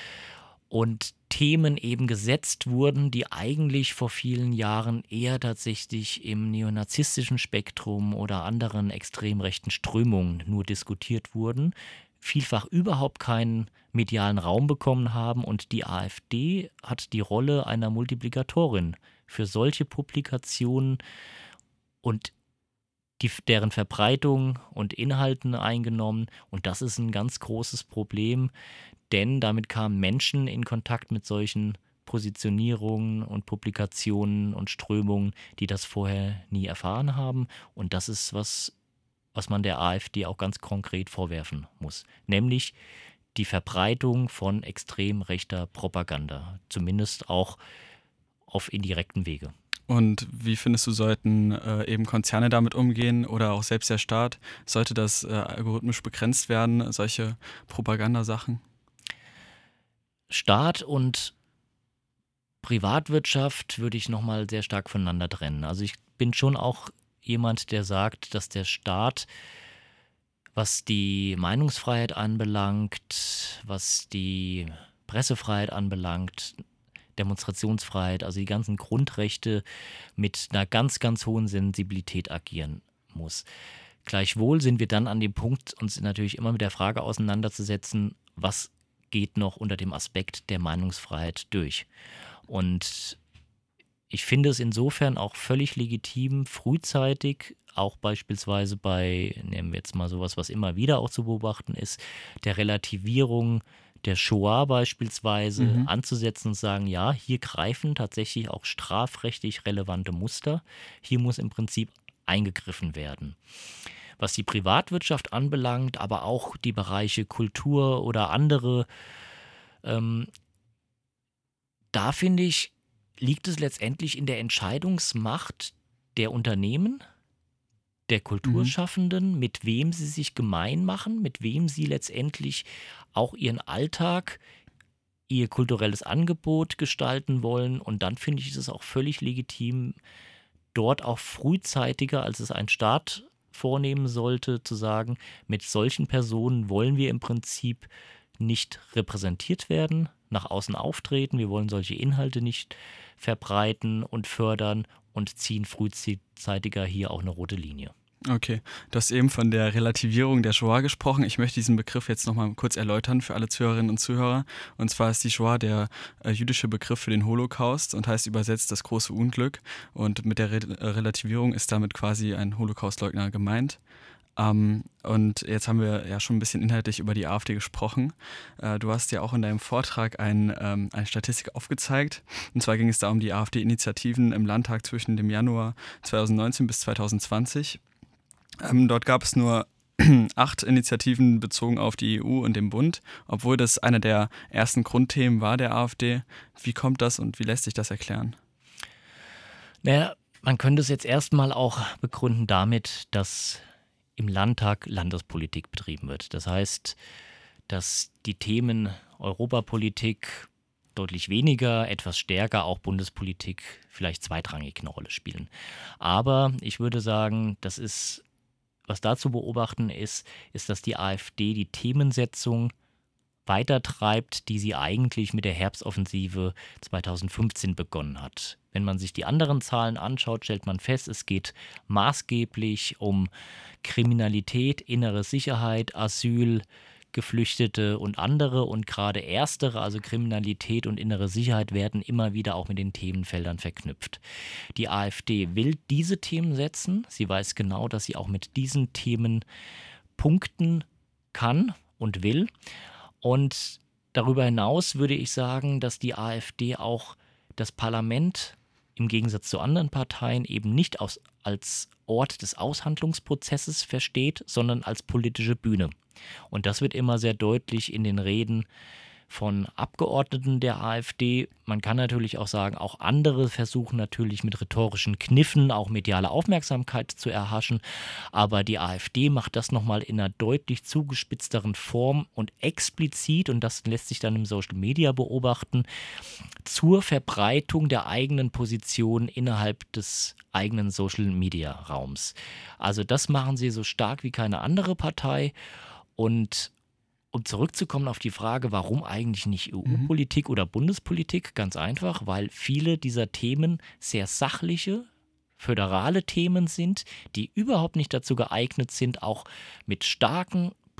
Speaker 2: und Themen eben gesetzt wurden, die eigentlich vor vielen Jahren eher tatsächlich im neonazistischen Spektrum oder anderen extrem rechten Strömungen nur diskutiert wurden. vielfach überhaupt keinen medialen Raum bekommen haben. Und die AfD hat die Rolle einer Multiplikatorin für solche Publikationen und die, deren Verbreitung und Inhalten eingenommen. Und das ist ein ganz großes Problem, denn damit kamen Menschen in Kontakt mit solchen Positionierungen und Publikationen und Strömungen, die das vorher nie erfahren haben. Und das ist was, was man der AfD auch ganz konkret vorwerfen muss, nämlich die Verbreitung von extrem rechter Propaganda, zumindest auch auf indirekten Wege.
Speaker 1: Und wie findest du, sollten äh, eben Konzerne damit umgehen oder auch selbst der Staat? Sollte das äh, algorithmisch begrenzt werden, solche Propagandasachen?
Speaker 2: Staat und Privatwirtschaft würde ich nochmal sehr stark voneinander trennen. Also ich bin schon auch jemand, der sagt, dass der Staat, was die Meinungsfreiheit anbelangt, was die Pressefreiheit anbelangt, Demonstrationsfreiheit, also die ganzen Grundrechte mit einer ganz, ganz hohen Sensibilität agieren muss. Gleichwohl sind wir dann an dem Punkt, uns natürlich immer mit der Frage auseinanderzusetzen, was geht noch unter dem Aspekt der Meinungsfreiheit durch. Und ich finde es insofern auch völlig legitim, frühzeitig, auch beispielsweise bei, nehmen wir jetzt mal sowas, was immer wieder auch zu beobachten ist, der Relativierung der Shoah beispielsweise
Speaker 1: Mhm.
Speaker 2: anzusetzen und sagen, ja, hier greifen tatsächlich auch strafrechtlich relevante Muster. Hier muss im Prinzip eingegriffen werden. Was die Privatwirtschaft anbelangt, aber auch die Bereiche Kultur oder andere, ähm, da finde ich, liegt es letztendlich in der Entscheidungsmacht der Unternehmen, der Kulturschaffenden, mit wem sie sich gemein machen, mit wem sie letztendlich auch ihren Alltag, ihr kulturelles Angebot gestalten wollen. Und dann finde ich es auch völlig legitim, dort auch frühzeitiger, als es ein Staat vornehmen sollte, zu sagen, mit solchen Personen wollen wir im Prinzip nicht repräsentiert werden, nach außen auftreten, wir wollen solche Inhalte nicht verbreiten und fördern und ziehen frühzeitiger hier auch eine rote Linie.
Speaker 1: Okay, du hast eben von der Relativierung der Shoah gesprochen. Ich möchte diesen Begriff jetzt nochmal kurz erläutern für alle Zuhörerinnen und Zuhörer. Und zwar ist die Shoah der äh, jüdische Begriff für den Holocaust und heißt übersetzt das große Unglück. Und mit der Re äh, Relativierung ist damit quasi ein Holocaustleugner gemeint. Ähm, und jetzt haben wir ja schon ein bisschen inhaltlich über die AfD gesprochen. Äh, du hast ja auch in deinem Vortrag ein, ähm, eine Statistik aufgezeigt. Und zwar ging es da um die AfD-Initiativen im Landtag zwischen dem Januar zweitausendneunzehn bis zweitausendzwanzig. Ähm, dort gab es nur acht Initiativen bezogen auf die E U und den Bund, obwohl das einer der ersten Grundthemen war der AfD. Wie kommt das und wie lässt sich das erklären?
Speaker 2: Naja, man könnte es jetzt erstmal auch begründen damit, dass im Landtag Landespolitik betrieben wird. Das heißt, dass die Themen Europapolitik deutlich weniger, etwas stärker auch Bundespolitik vielleicht zweitrangig eine Rolle spielen. Aber ich würde sagen, das ist, was da zu beobachten ist, ist, dass die AfD die Themensetzung weitertreibt, die sie eigentlich mit der Herbstoffensive zweitausendfünfzehn begonnen hat. Wenn man sich die anderen Zahlen anschaut, stellt man fest, es geht maßgeblich um Kriminalität, innere Sicherheit, Asyl, Geflüchtete und andere. Und gerade erstere, also Kriminalität und innere Sicherheit, werden immer wieder auch mit den Themenfeldern verknüpft. Die AfD will diese Themen setzen. Sie weiß genau, dass sie auch mit diesen Themen punkten kann und will. Und darüber hinaus würde ich sagen, dass die AfD auch das Parlament im Gegensatz zu anderen Parteien eben nicht aus, als Ort des Aushandlungsprozesses versteht, sondern als politische Bühne. Und das wird immer sehr deutlich in den Reden von Abgeordneten der AfD. Man kann natürlich auch sagen, auch andere versuchen natürlich mit rhetorischen Kniffen auch mediale Aufmerksamkeit zu erhaschen. Aber die AfD macht das nochmal in einer deutlich zugespitzteren Form und explizit, und das lässt sich dann im Social Media beobachten, zur Verbreitung der eigenen Position innerhalb des eigenen Social Media Raums. Also das machen sie so stark wie keine andere Partei. Und um zurückzukommen auf die Frage, warum eigentlich nicht E U-Politik oder Bundespolitik, ganz einfach, weil viele dieser Themen sehr sachliche, föderale Themen sind, die überhaupt nicht dazu geeignet sind, auch mit starken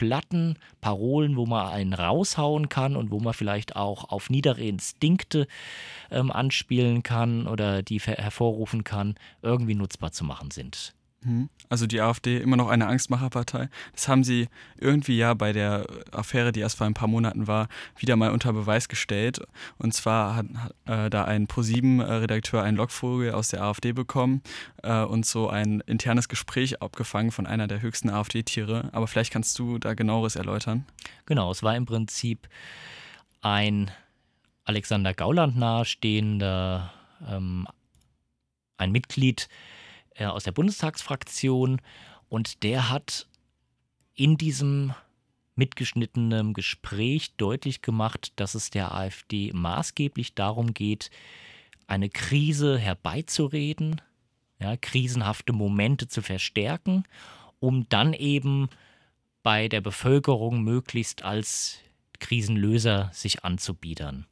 Speaker 2: platten Parolen, wo man einen raushauen kann und wo man vielleicht auch auf niedere Instinkte ähm, anspielen kann oder die ver- hervorrufen kann, irgendwie nutzbar zu machen sind.
Speaker 1: Mhm. Also die AfD immer noch eine Angstmacherpartei. Das haben sie irgendwie ja bei der Affäre, die erst vor ein paar Monaten war, wieder mal unter Beweis gestellt. Und zwar hat äh, da ein ProSieben-Redakteur einen Lockvogel aus der AfD bekommen äh, und so ein internes Gespräch abgefangen von einer der höchsten AfD-Tiere. Aber vielleicht kannst du da genaueres erläutern.
Speaker 2: Genau, es war im Prinzip ein Alexander Gauland nahestehender, ähm, ein Mitglied äh, aus der Bundestagsfraktion, und der hat in diesem mitgeschnittenen Gespräch deutlich gemacht, dass es der AfD maßgeblich darum geht, eine Krise herbeizureden, ja, krisenhafte Momente zu verstärken, um dann eben bei der Bevölkerung möglichst als Krisenlöser sich anzubiedern.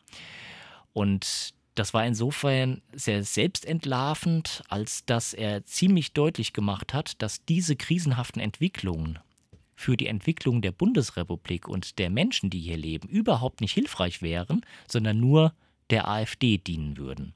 Speaker 2: Und das war insofern sehr selbstentlarvend, als dass er ziemlich deutlich gemacht hat, dass diese krisenhaften Entwicklungen für die Entwicklung der Bundesrepublik und der Menschen, die hier leben, überhaupt nicht hilfreich wären, sondern nur der AfD dienen würden.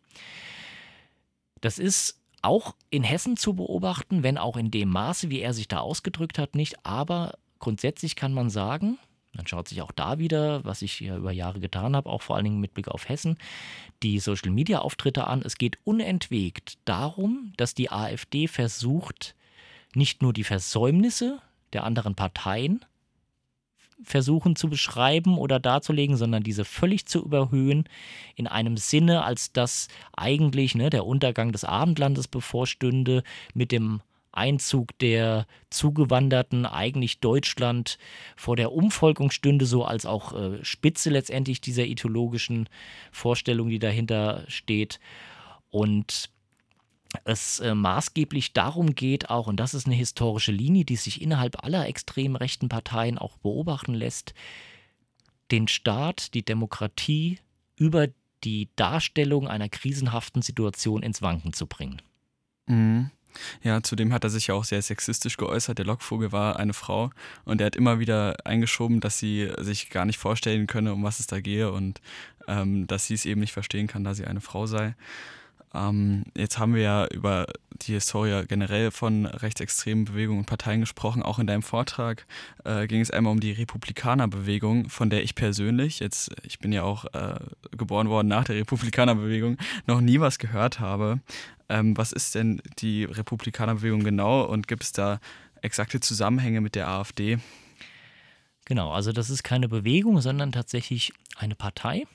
Speaker 2: Das ist auch in Hessen zu beobachten, wenn auch in dem Maße, wie er sich da ausgedrückt hat, nicht. Aber grundsätzlich kann man sagen, man schaut sich auch da wieder, was ich ja über Jahre getan habe, auch vor allen Dingen mit Blick auf Hessen, die Social-Media-Auftritte an. Es geht unentwegt darum, dass die AfD versucht, nicht nur die Versäumnisse der anderen Parteien versuchen zu beschreiben oder darzulegen, sondern diese völlig zu überhöhen in einem Sinne, als dass eigentlich ne, der Untergang des Abendlandes bevorstünde, mit dem Einzug der Zugewanderten eigentlich Deutschland vor der Umvolkung stünde, so als auch äh, Spitze letztendlich dieser ideologischen Vorstellung, die dahinter steht. Und es äh, maßgeblich darum geht auch, und das ist eine historische Linie, die sich innerhalb aller extrem rechten Parteien auch beobachten lässt, den Staat, die Demokratie über die Darstellung einer krisenhaften Situation ins Wanken zu bringen.
Speaker 1: Mhm. Ja, zudem hat er sich ja auch sehr sexistisch geäußert. Der Lockvogel war eine Frau und er hat immer wieder eingeschoben, dass sie sich gar nicht vorstellen könne, um was es da gehe und ähm, dass sie es eben nicht verstehen kann, da sie eine Frau sei. Ähm, jetzt haben wir ja über die Historie generell von rechtsextremen Bewegungen und Parteien gesprochen. Auch in deinem Vortrag äh, ging es einmal um die Republikanerbewegung, von der ich persönlich, jetzt ich bin ja auch äh, geboren worden nach der Republikanerbewegung, noch nie was gehört habe. Ähm, was ist denn die Republikanerbewegung genau und gibt es da exakte Zusammenhänge mit der AfD?
Speaker 2: Genau, also das ist keine Bewegung, sondern tatsächlich eine Partei,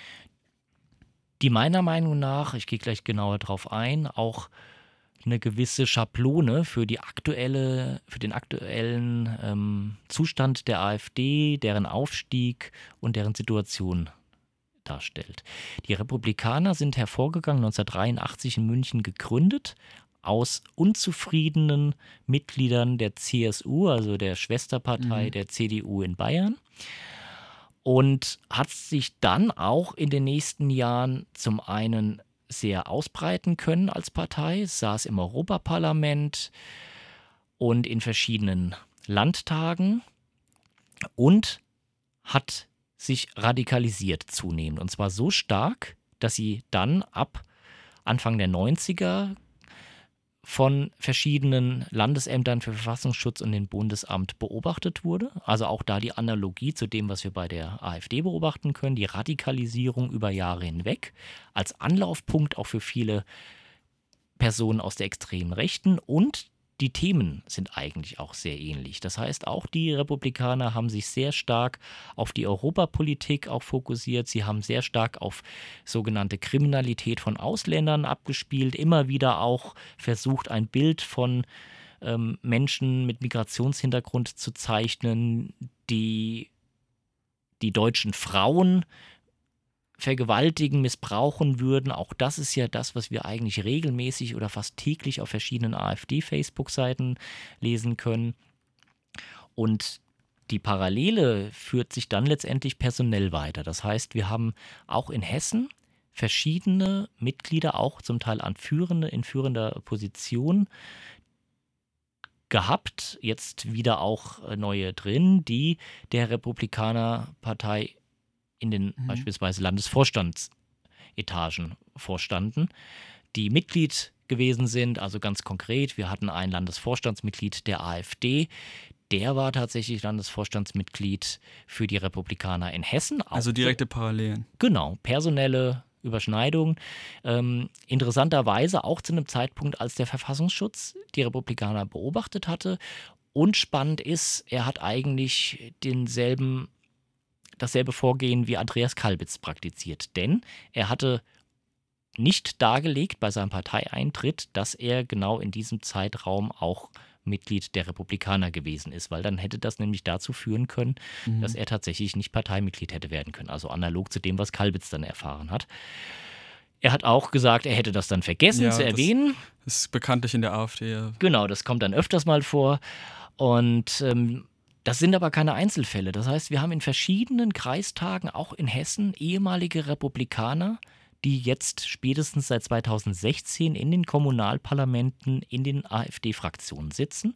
Speaker 2: die meiner Meinung nach, ich gehe gleich genauer drauf ein, auch eine gewisse Schablone für die aktuelle, für den aktuellen ähm, Zustand der AfD, deren Aufstieg und deren Situation darstellt. Die Republikaner sind hervorgegangen, neunzehnhundertdreiundachtzig in München gegründet, aus unzufriedenen Mitgliedern der C S U, also der Schwesterpartei
Speaker 1: Mhm.
Speaker 2: der C D U in Bayern. Und hat sich dann auch in den nächsten Jahren zum einen sehr ausbreiten können als Partei, saß im Europaparlament und in verschiedenen Landtagen und hat sich radikalisiert zunehmend. Und zwar so stark, dass sie dann ab Anfang der neunziger von verschiedenen Landesämtern für Verfassungsschutz und dem Bundesamt beobachtet wurde. Also auch da die Analogie zu dem, was wir bei der AfD beobachten können, die Radikalisierung über Jahre hinweg als Anlaufpunkt auch für viele Personen aus der extremen Rechten, und die Themen sind eigentlich auch sehr ähnlich. Das heißt, auch die Republikaner haben sich sehr stark auf die Europapolitik auch fokussiert. Sie haben sehr stark auf sogenannte Kriminalität von Ausländern abgespielt, immer wieder auch versucht, ein Bild von ähm, Menschen mit Migrationshintergrund zu zeichnen, die die deutschen Frauen vergewaltigen, missbrauchen würden. Auch das ist ja das, was wir eigentlich regelmäßig oder fast täglich auf verschiedenen AfD-Facebook-Seiten lesen können. Und die Parallele führt sich dann letztendlich personell weiter. Das heißt, wir haben auch in Hessen verschiedene Mitglieder, auch zum Teil an führende, in führender Position, gehabt, jetzt wieder auch äh, neue drin, die der Republikanerpartei in den
Speaker 1: Mhm.
Speaker 2: beispielsweise Landesvorstandsetagen vorstanden, die Mitglied gewesen sind. Also ganz konkret, wir hatten ein Landesvorstandsmitglied der AfD, der war tatsächlich Landesvorstandsmitglied für die Republikaner in Hessen. Auch
Speaker 1: Also direkte Parallelen.
Speaker 2: Genau, personelle Überschneidung. Ähm, interessanterweise auch zu einem Zeitpunkt, als der Verfassungsschutz die Republikaner beobachtet hatte. Und spannend ist, er hat eigentlich denselben, dasselbe Vorgehen wie Andreas Kalbitz praktiziert. Denn er hatte nicht dargelegt bei seinem Parteieintritt, dass er genau in diesem Zeitraum auch Mitglied der Republikaner gewesen ist, weil dann hätte das nämlich dazu führen können,
Speaker 1: Mhm.
Speaker 2: dass er tatsächlich nicht Parteimitglied hätte werden können. Also analog zu dem, was Kalbitz dann erfahren hat. Er hat auch gesagt, er hätte das dann vergessen
Speaker 1: Ja,
Speaker 2: zu
Speaker 1: das-
Speaker 2: erwähnen.
Speaker 1: Das ist bekanntlich in der AfD. Ja.
Speaker 2: Genau, das kommt dann öfters mal vor. Und ähm, das sind aber keine Einzelfälle. Das heißt, wir haben in verschiedenen Kreistagen, auch in Hessen, ehemalige Republikaner, die jetzt spätestens seit zweitausendsechzehn in den Kommunalparlamenten, in den AfD-Fraktionen sitzen.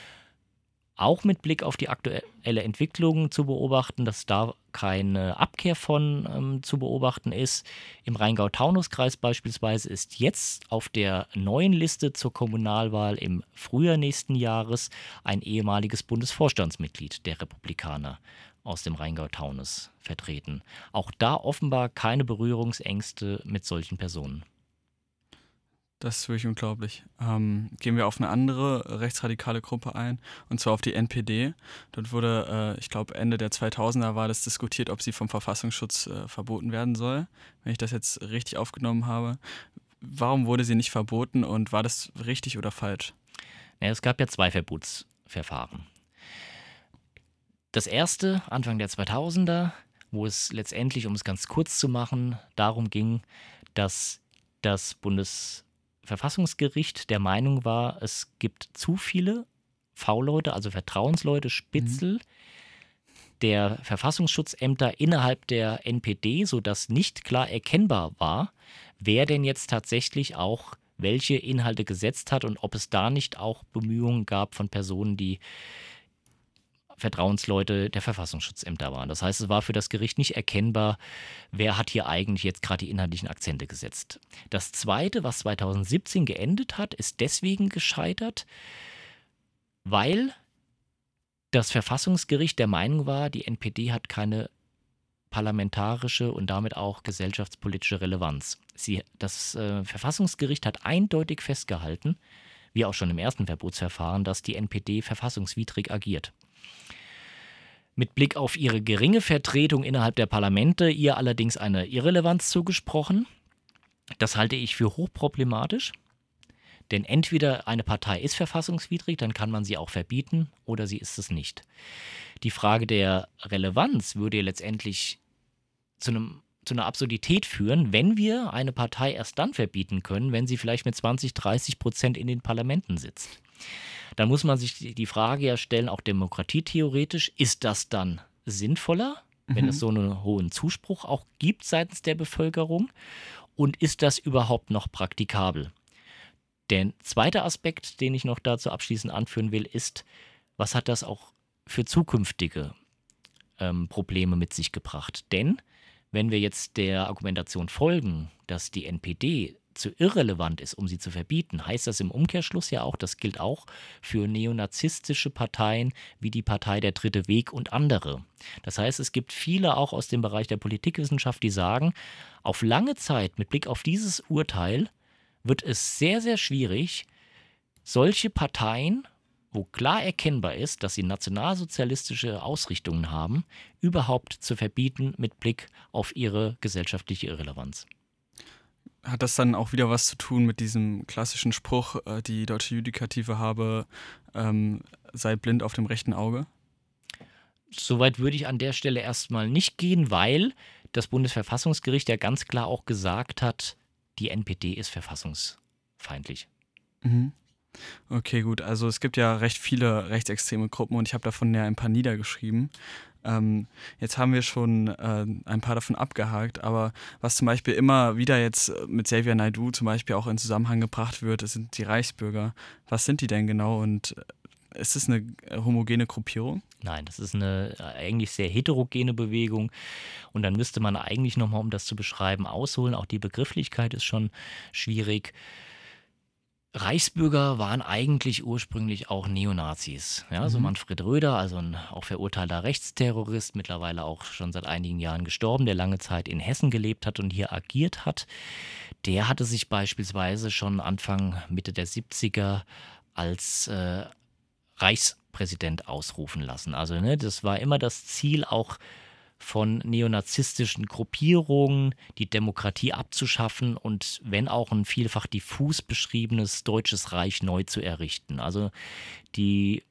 Speaker 2: Auch mit Blick auf die aktuelle Entwicklung zu beobachten, dass da keine Abkehr von ähm, zu beobachten ist. Im Rheingau-Taunus-Kreis beispielsweise ist jetzt auf der neuen Liste zur Kommunalwahl im Frühjahr nächsten Jahres ein ehemaliges Bundesvorstandsmitglied der Republikaner aus dem Rheingau-Taunus vertreten. Auch da offenbar keine Berührungsängste mit solchen Personen.
Speaker 1: Das ist wirklich unglaublich. Ähm, gehen wir auf eine andere rechtsradikale Gruppe ein, und zwar auf die N P D. Dort wurde, äh, ich glaube, Ende der zweitausender war das diskutiert, ob sie vom Verfassungsschutz äh, verboten werden soll, wenn ich das jetzt richtig aufgenommen habe. Warum wurde sie nicht verboten und war das richtig oder falsch?
Speaker 2: Ja, es gab ja zwei Verbotsverfahren. Das erste, Anfang der zweitausender, wo es letztendlich, um es ganz kurz zu machen, darum ging, dass das Bundesverfassungsgericht der Meinung war, es gibt zu viele V-Leute, also Vertrauensleute, Spitzel der Verfassungsschutzämter innerhalb der N P D, sodass nicht klar erkennbar war, wer denn jetzt tatsächlich auch welche Inhalte gesetzt hat und ob es da nicht auch Bemühungen gab von Personen, die Vertrauensleute der Verfassungsschutzämter waren. Das heißt, es war für das Gericht nicht erkennbar, wer hat hier eigentlich jetzt gerade die inhaltlichen Akzente gesetzt. Das Zweite, was zweitausendsiebzehn geendet hat, ist deswegen gescheitert, weil das Verfassungsgericht der Meinung war, die N P D hat keine parlamentarische und damit auch gesellschaftspolitische Relevanz. Sie, das äh, Verfassungsgericht hat eindeutig festgehalten, wie auch schon im ersten Verbotsverfahren, dass die N P D verfassungswidrig agiert. Mit Blick auf ihre geringe Vertretung innerhalb der Parlamente ihr allerdings eine Irrelevanz zugesprochen. Das halte ich für hochproblematisch, denn entweder eine Partei ist verfassungswidrig, dann kann man sie auch verbieten, oder sie ist es nicht. Die Frage der Relevanz würde letztendlich zu, einem, zu einer Absurdität führen, wenn wir eine Partei erst dann verbieten können, wenn sie vielleicht mit zwanzig, dreißig Prozent in den Parlamenten sitzt. Dann muss man sich die Frage ja stellen, auch demokratietheoretisch, ist das dann sinnvoller, wenn
Speaker 1: Mhm.
Speaker 2: es so einen hohen Zuspruch auch gibt seitens der Bevölkerung? Und ist das überhaupt noch praktikabel? Der zweite Aspekt, den ich noch dazu abschließend anführen will, ist, was hat das auch für zukünftige ähm, Probleme mit sich gebracht? Denn wenn wir jetzt der Argumentation folgen, dass die N P D zu irrelevant ist, um sie zu verbieten, heißt das im Umkehrschluss ja auch, das gilt auch für neonazistische Parteien wie die Partei Der Dritte Weg und andere. Das heißt, es gibt viele auch aus dem Bereich der Politikwissenschaft, die sagen, auf lange Zeit mit Blick auf dieses Urteil wird es sehr, sehr schwierig, solche Parteien, wo klar erkennbar ist, dass sie nationalsozialistische Ausrichtungen haben, überhaupt zu verbieten mit Blick auf ihre gesellschaftliche Irrelevanz.
Speaker 1: Hat das dann auch wieder was zu tun mit diesem klassischen Spruch, äh, die deutsche Judikative habe, ähm, sei blind auf dem rechten Auge?
Speaker 2: Soweit würde ich an der Stelle erstmal nicht gehen, weil das Bundesverfassungsgericht ja ganz klar auch gesagt hat, die N P D ist verfassungsfeindlich.
Speaker 1: Mhm. Okay, gut. Also es gibt ja recht viele rechtsextreme Gruppen und ich habe davon ja ein paar niedergeschrieben. Ähm, jetzt haben wir schon äh, ein paar davon abgehakt, aber was zum Beispiel immer wieder jetzt mit Xavier Naidoo zum Beispiel auch in Zusammenhang gebracht wird, das sind die Reichsbürger. Was sind die denn genau und ist es eine homogene Gruppierung?
Speaker 2: Nein, das ist eine eigentlich sehr heterogene Bewegung und dann müsste man eigentlich nochmal, um das zu beschreiben, ausholen. Auch die Begrifflichkeit ist schon schwierig. Reichsbürger waren eigentlich ursprünglich auch Neonazis. Ja, so
Speaker 1: Mhm.
Speaker 2: Manfred Röder, also ein auch verurteilter Rechtsterrorist, mittlerweile auch schon seit einigen Jahren gestorben, der lange Zeit in Hessen gelebt hat und hier agiert hat. Der hatte sich beispielsweise schon Anfang, Mitte der siebziger als äh, Reichspräsident ausrufen lassen. Also ne, das war immer das Ziel auch von neonazistischen Gruppierungen, die Demokratie abzuschaffen und wenn auch ein vielfach diffus beschriebenes Deutsches Reich neu zu errichten. Also die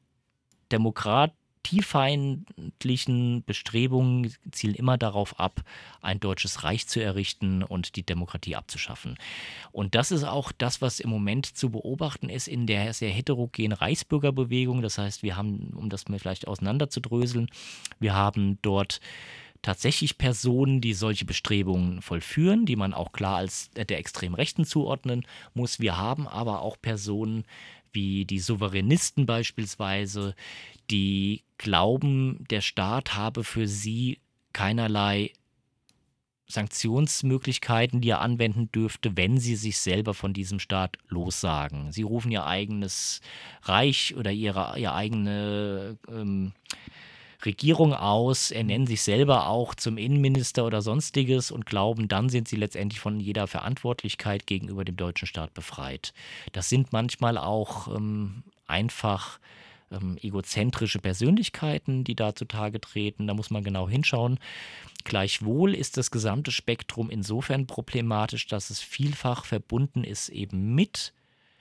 Speaker 2: demokratiefeindlichen Bestrebungen zielen immer darauf ab, ein deutsches Reich zu errichten und die Demokratie abzuschaffen. Und das ist auch das, was im Moment zu beobachten ist in der sehr heterogenen Reichsbürgerbewegung. Das heißt, wir haben, um das mal vielleicht auseinanderzudröseln, wir haben dort tatsächlich Personen, die solche Bestrebungen vollführen, die man auch klar als der extremen Rechten zuordnen muss. Wir haben aber auch Personen wie die Souveränisten beispielsweise, die glauben, der Staat habe für sie keinerlei Sanktionsmöglichkeiten, die er anwenden dürfte, wenn sie sich selber von diesem Staat lossagen. Sie rufen ihr eigenes Reich oder ihre, ihre eigene ähm, Regierung aus, ernennen sich selber auch zum Innenminister oder sonstiges und glauben, dann sind sie letztendlich von jeder Verantwortlichkeit gegenüber dem deutschen Staat befreit. Das sind manchmal auch ähm, einfach ähm, egozentrische Persönlichkeiten, die da zutage treten. Da muss man genau hinschauen. Gleichwohl ist das gesamte Spektrum insofern problematisch, dass es vielfach verbunden ist eben mit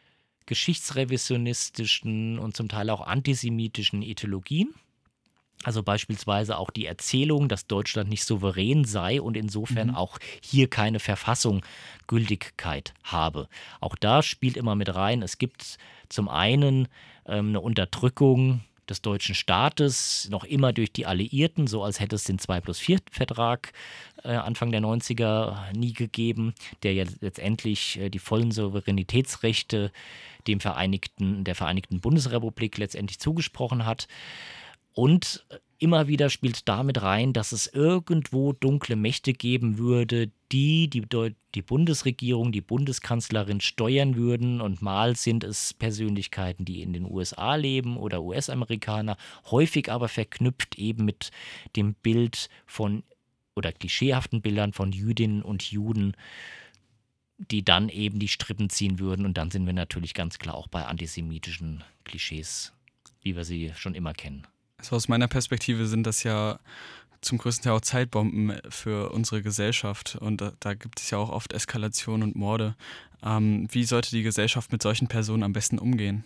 Speaker 2: geschichtsrevisionistischen und zum Teil auch antisemitischen Ideologien. Also beispielsweise auch die Erzählung, dass Deutschland nicht souverän sei und insofern
Speaker 1: Mhm.
Speaker 2: auch hier keine Verfassung Gültigkeit habe. Auch da spielt immer mit rein, es gibt zum einen ähm, eine Unterdrückung des deutschen Staates, noch immer durch die Alliierten, so als hätte es den zwei plus vier Vertrag äh, Anfang der neunziger nie gegeben, der ja letztendlich äh, die vollen Souveränitätsrechte dem Vereinigten, der Vereinigten Bundesrepublik letztendlich zugesprochen hat. Und immer wieder spielt damit rein, dass es irgendwo dunkle Mächte geben würde, die die, die Bundesregierung, die Bundeskanzlerin steuern würden. Und mal sind es Persönlichkeiten, die in den U S A leben oder U S-Amerikaner, häufig aber verknüpft eben mit dem Bild von oder klischeehaften Bildern von Jüdinnen und Juden, die dann eben die Strippen ziehen würden. Und dann sind wir natürlich ganz klar auch bei antisemitischen Klischees, wie wir sie schon immer kennen.
Speaker 1: Also aus meiner Perspektive sind das ja zum größten Teil auch Zeitbomben für unsere Gesellschaft und da, da gibt es ja auch oft Eskalation und Morde. Ähm, wie sollte die Gesellschaft mit solchen Personen am besten umgehen?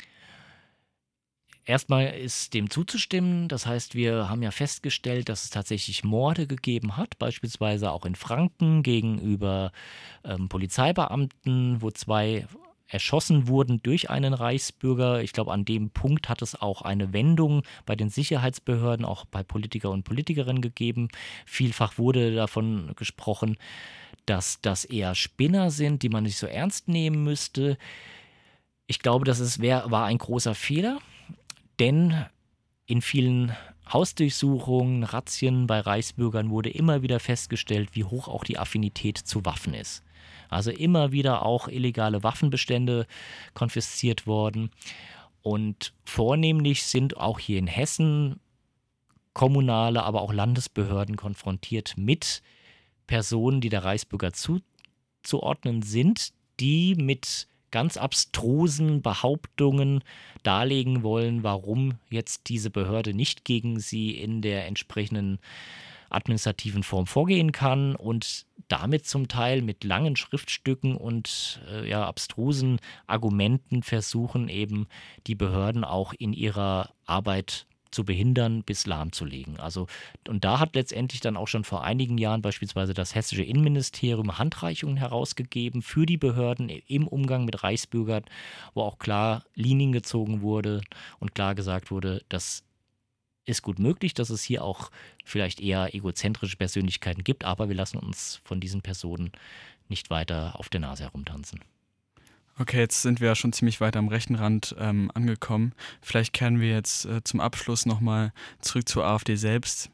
Speaker 2: Erstmal ist dem zuzustimmen. Das heißt, wir haben ja festgestellt, dass es tatsächlich Morde gegeben hat, beispielsweise auch in Franken gegenüber ähm, Polizeibeamten, wo zwei erschossen wurden durch einen Reichsbürger. Ich glaube, an dem Punkt hat es auch eine Wendung bei den Sicherheitsbehörden, auch bei Politiker und Politikerinnen gegeben. Vielfach wurde davon gesprochen, dass das eher Spinner sind, die man nicht so ernst nehmen müsste. Ich glaube, das ist, wär, war ein großer Fehler, denn in vielen Hausdurchsuchungen, Razzien bei Reichsbürgern wurde immer wieder festgestellt, wie hoch auch die Affinität zu Waffen ist. Also immer wieder auch illegale Waffenbestände konfisziert worden. Und vornehmlich sind auch hier in Hessen kommunale, aber auch Landesbehörden konfrontiert mit Personen, die der Reichsbürger zuzuordnen sind, die mit ganz abstrusen Behauptungen darlegen wollen, warum jetzt diese Behörde nicht gegen sie in der entsprechenden administrativen Form vorgehen kann und damit zum Teil mit langen Schriftstücken und äh, ja, abstrusen Argumenten versuchen, eben die Behörden auch in ihrer Arbeit zu behindern bis lahmzulegen. Also, und da hat letztendlich dann auch schon vor einigen Jahren beispielsweise das hessische Innenministerium Handreichungen herausgegeben für die Behörden im Umgang mit Reichsbürgern, wo auch klar Linien gezogen wurde und klar gesagt wurde, dass ist gut möglich, dass es hier auch vielleicht eher egozentrische Persönlichkeiten gibt, aber wir lassen uns von diesen Personen nicht weiter auf der Nase herumtanzen.
Speaker 1: Okay, jetzt sind wir ja schon ziemlich weit am rechten Rand ähm, angekommen. Vielleicht kehren wir jetzt äh, zum Abschluss nochmal zurück zur AfD selbst.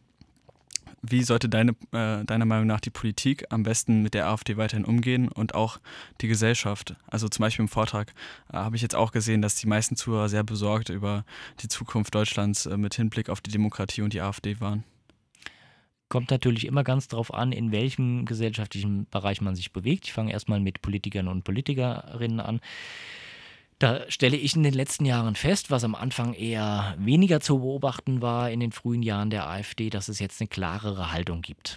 Speaker 1: Wie sollte deine, äh, deiner Meinung nach die Politik am besten mit der AfD weiterhin umgehen und auch die Gesellschaft? Also zum Beispiel im Vortrag äh, habe ich jetzt auch gesehen, dass die meisten Zuhörer sehr besorgt über die Zukunft Deutschlands äh, mit Hinblick auf die Demokratie und die AfD waren.
Speaker 2: Kommt natürlich immer ganz darauf an, in welchem gesellschaftlichen Bereich man sich bewegt. Ich fange erstmal mit Politikern und Politikerinnen an. Da stelle ich in den letzten Jahren fest, was am Anfang eher weniger zu beobachten war in den frühen Jahren der AfD, dass es jetzt eine klarere Haltung gibt.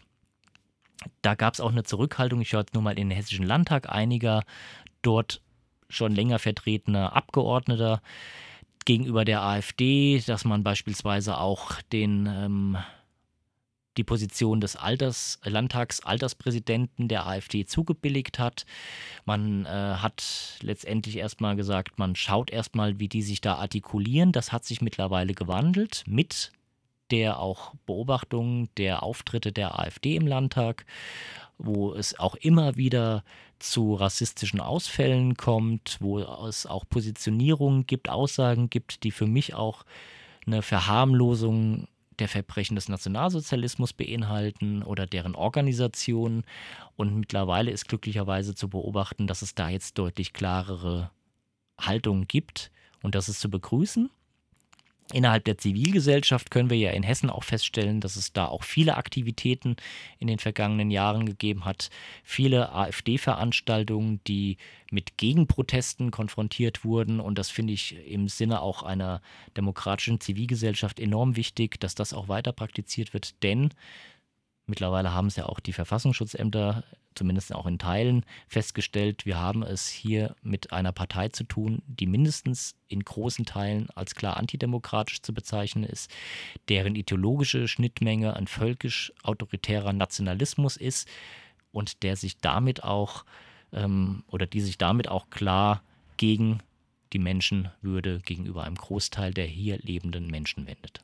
Speaker 2: Da gab es auch eine Zurückhaltung. Ich schaue jetzt nur mal in den Hessischen Landtag einiger dort schon länger vertretener Abgeordneter gegenüber der AfD, dass man beispielsweise auch den ähm, die Position des Alters, Landtagsalterspräsidenten der AfD zugebilligt hat. Man äh, hat letztendlich erstmal gesagt, man schaut erstmal, wie die sich da artikulieren. Das hat sich mittlerweile gewandelt mit der auch Beobachtung der Auftritte der AfD im Landtag, wo es auch immer wieder zu rassistischen Ausfällen kommt, wo es auch Positionierungen gibt, Aussagen gibt, die für mich auch eine Verharmlosung der Verbrechen des Nationalsozialismus beinhalten oder deren Organisation. Und mittlerweile ist glücklicherweise zu beobachten, dass es da jetzt deutlich klarere Haltungen gibt und das ist zu begrüßen. Innerhalb der Zivilgesellschaft können wir ja in Hessen auch feststellen, dass es da auch viele Aktivitäten in den vergangenen Jahren gegeben hat. Viele AfD-Veranstaltungen, die mit Gegenprotesten konfrontiert wurden. Und das finde ich im Sinne auch einer demokratischen Zivilgesellschaft enorm wichtig, dass das auch weiter praktiziert wird. Denn mittlerweile haben es ja auch die Verfassungsschutzämter, zumindest auch in Teilen, festgestellt, wir haben es hier mit einer Partei zu tun, die mindestens in großen Teilen als klar antidemokratisch zu bezeichnen ist, deren ideologische Schnittmenge ein völkisch-autoritärer Nationalismus ist und der sich damit auch ähm, oder die sich damit auch klar gegen die Menschenwürde gegenüber einem Großteil der hier lebenden Menschen wendet.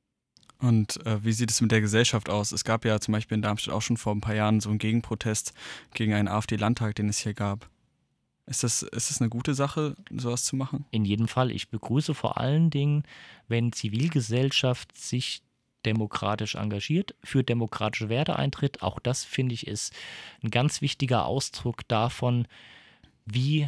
Speaker 1: Und äh, wie sieht es mit der Gesellschaft aus? Es gab ja zum Beispiel in Darmstadt auch schon vor ein paar Jahren so einen Gegenprotest gegen einen AfD-Landtag, den es hier gab. Ist das, ist das eine gute Sache, sowas zu machen?
Speaker 2: In jedem Fall. Ich begrüße vor allen Dingen, wenn Zivilgesellschaft sich demokratisch engagiert, für demokratische Werte eintritt. Auch das, finde ich, ist ein ganz wichtiger Ausdruck davon, wie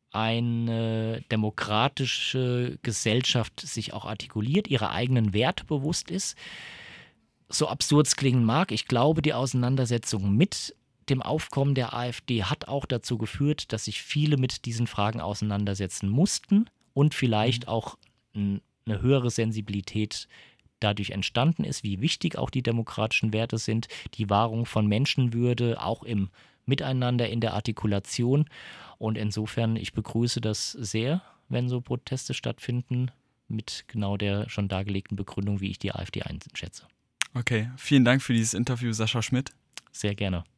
Speaker 2: eine demokratische Gesellschaft sich auch artikuliert, ihre eigenen Werte bewusst ist. So absurd es klingen mag, ich glaube, die Auseinandersetzung mit dem Aufkommen der AfD hat auch dazu geführt, dass sich viele mit diesen Fragen auseinandersetzen mussten und vielleicht auch eine höhere Sensibilität dadurch entstanden ist, wie wichtig auch die demokratischen Werte sind, die Wahrung von Menschenwürde, auch im Miteinander, in der Artikulation. Und insofern, ich begrüße das sehr, wenn so Proteste stattfinden, mit genau der schon dargelegten Begründung, wie ich die AfD einschätze.
Speaker 1: Okay, vielen Dank für dieses Interview, Sascha Schmidt.
Speaker 2: Sehr gerne.